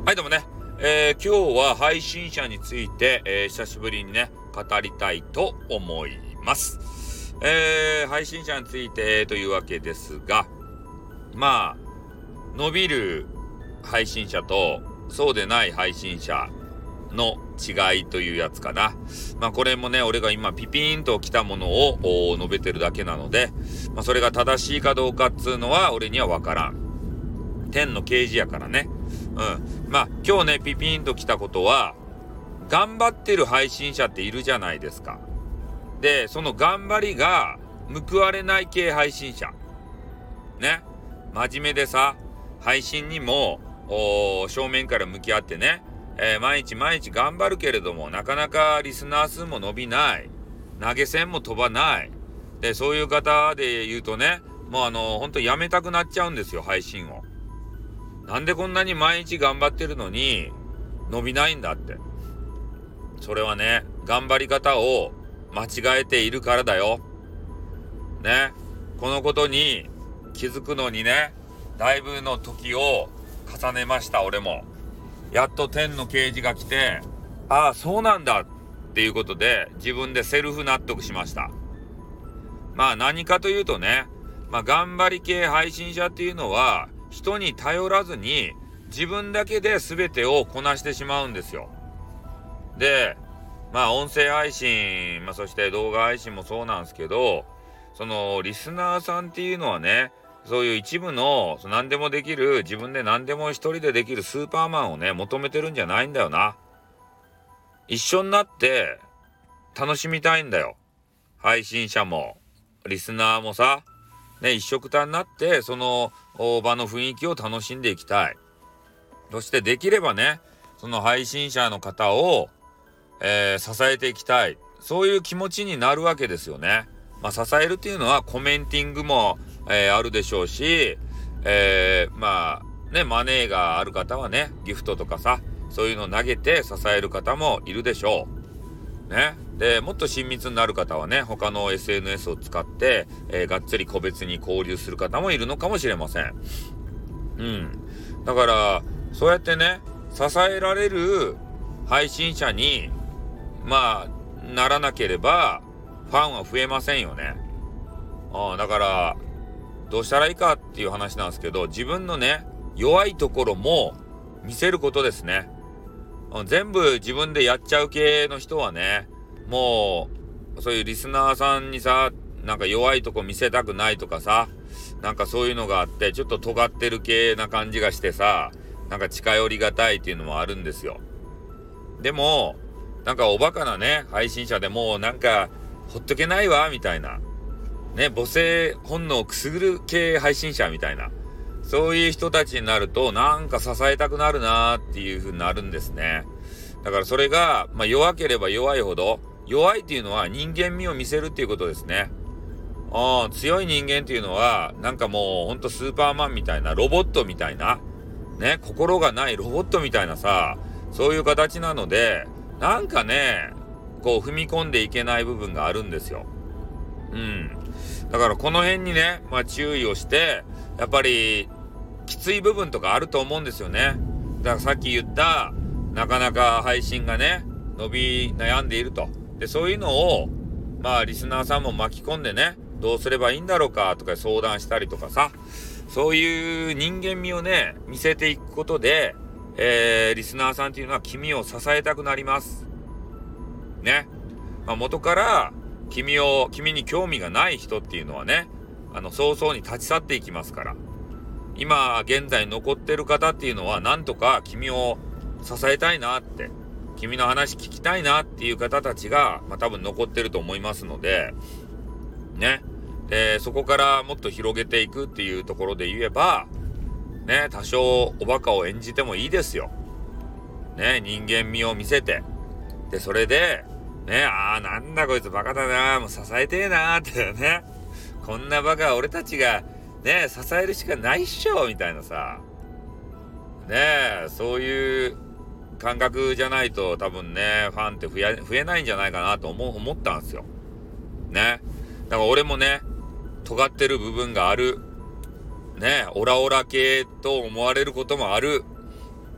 はい、どうもね。今日は配信者について、久しぶりにね、語りたいと思います。配信者についてというわけですが、まあ、伸びる配信者と、そうでない配信者の違いというやつかな。まあこれもね、俺が今ピピーンと来たものを述べてるだけなので、まあそれが正しいかどうかっつうのは俺にはわからん。天の啓示やからね。まあ今日ね、ピピーンと来たことは、頑張ってる配信者っているじゃないですか。で、その頑張りが報われない系配信者。ね。真面目でさ、配信にも正面から向き合ってね、毎日頑張るけれども、なかなかリスナー数も伸びない。投げ銭も飛ばない。で、そういう方で言うとね、もうほんとやめたくなっちゃうんですよ、配信を。なんでこんなに毎日頑張ってるのに、伸びないんだって。それはね、頑張り方を間違えているからだよ。ね。このことに気づくのにね、だいぶの時を重ねました、俺も。やっと天の啓示が来て、ああ、そうなんだっていうことで自分でセルフ納得しました。まあ何かというとね、まあ頑張り系配信者っていうのは人に頼らずに自分だけで全てをこなしてしまうんですよ。で、まあ音声配信、そして動画配信もそうなんですけど、そのリスナーさんっていうのはね、そういう一部の何でもできる、自分で何でも一人でできるスーパーマンをね、求めてるんじゃないんだよな。一緒になって楽しみたいんだよ。配信者も、リスナーもさ、ね、一緒くたになって、その場の雰囲気を楽しんでいきたい。そしてできればね、その配信者の方を、支えていきたい。そういう気持ちになるわけですよね。まあ支えるっていうのはコメンティングも、あるでしょうし、まあね、マネーがある方はね、ギフトとかさ、そういうのを投げて支える方もいるでしょう。ね。で、もっと親密になる方はね、他の SNS を使って、がっつり個別に交流する方もいるのかもしれません。だから、そうやってね、支えられる配信者に、まあ、ならなければ、ファンは増えませんよね。だから、どうしたらいいかっていう話なんですけど、自分のね、弱いところも見せることですね。全部自分でやっちゃう系の人はね、もう、そういうリスナーさんにさ、なんか弱いとこ見せたくないとかさ、なんかそういうのがあって、ちょっと尖ってる系な感じがしてさ、なんか近寄りがたいっていうのもあるんですよ。でも、なんかおバカなね、配信者でもなんか、ほっとけないわ、みたいな。ね、母性本能をくすぐる系配信者みたいな。そういう人たちになると、なんか支えたくなるなーっていう風になるんですね。だからそれが、まあ弱ければ弱いほど、弱いっていうのは人間味を見せるっていうことですね。強い人間っていうのは、なんかもうほんとスーパーマンみたいな、ロボットみたいな、ね、心がないロボットみたいなさ、そういう形なので、なんかね、こう踏み込んでいけない部分があるんですよ。だからこの辺にね、まあ注意をして、やっぱりきつい部分とかあると思うんですよね。だからさっき言った、なかなか配信がね、伸び悩んでいると。で、そういうのを、まあリスナーさんも巻き込んでね、どうすればいいんだろうかとか相談したりとかさ、そういう人間味をね、見せていくことで、リスナーさんっていうのは君を支えたくなります。ね。まあ、元から君に興味がない人っていうのはね、早々に立ち去っていきますから。今現在残ってる方っていうのはなんとか君を支えたいなって、君の話聞きたいなっていう方たちが、まあ、多分残ってると思いますので、ね。そこからもっと広げていくっていうところで言えば、ね、多少おバカを演じてもいいですよ。ね、人間味を見せて。で、それで、ね、なんだこいつバカだな、もう支えてえなってね。こんなバカ俺たちが、ね、支えるしかないっしょみたいなさ。ね、そういう感覚じゃないと多分ね、ファンって増えないんじゃないかなと思ったんですよ。ね。だから俺もね、尖ってる部分がある。ね、オラオラ系と思われることもある。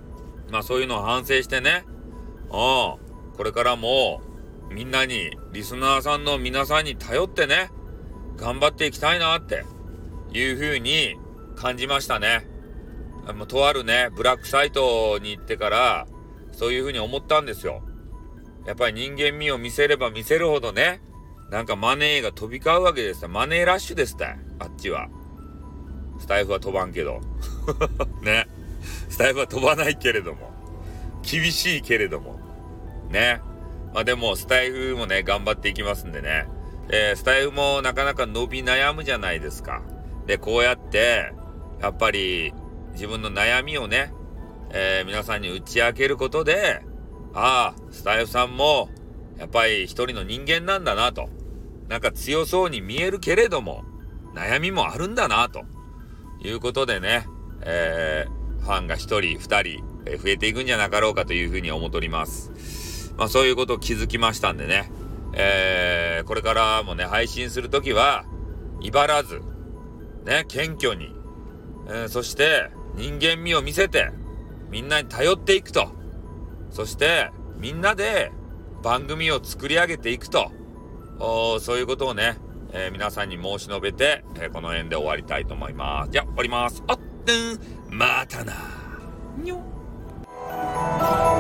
まあそういうのを反省してね、これからもみんなに、リスナーさんの皆さんに頼ってね、頑張っていきたいなっていう風に感じましたね。とあるね、ブラックサイトに行ってから、そういう風に思ったんですよ。やっぱり人間味を見せれば見せるほどね、なんかマネーが飛び交うわけですよ。マネーラッシュですって、あっちは。スタイフは飛ばんけど。ね。スタイフは飛ばないけれども。厳しいけれども。ね。まあでも、スタイフもね、頑張っていきますんでね。スタイフもなかなか伸び悩むじゃないですか。で、こうやって、やっぱり、自分の悩みをね、皆さんに打ち明けることで、スタイフさんも、やっぱり一人の人間なんだなと。なんか強そうに見えるけれども、悩みもあるんだなと。いうことでね、ファンが一人、二人、増えていくんじゃなかろうかというふうに思っております。まあそういうことを気づきましたんでね、これからもね、配信するときは、威張らず、ね、謙虚に、そして人間味を見せて、みんなに頼っていくと。そして、みんなで番組を作り上げていくと。そういうことをね、皆さんに申し述べて、この辺で終わりたいと思います。じゃあ、終わります。またな。にょ。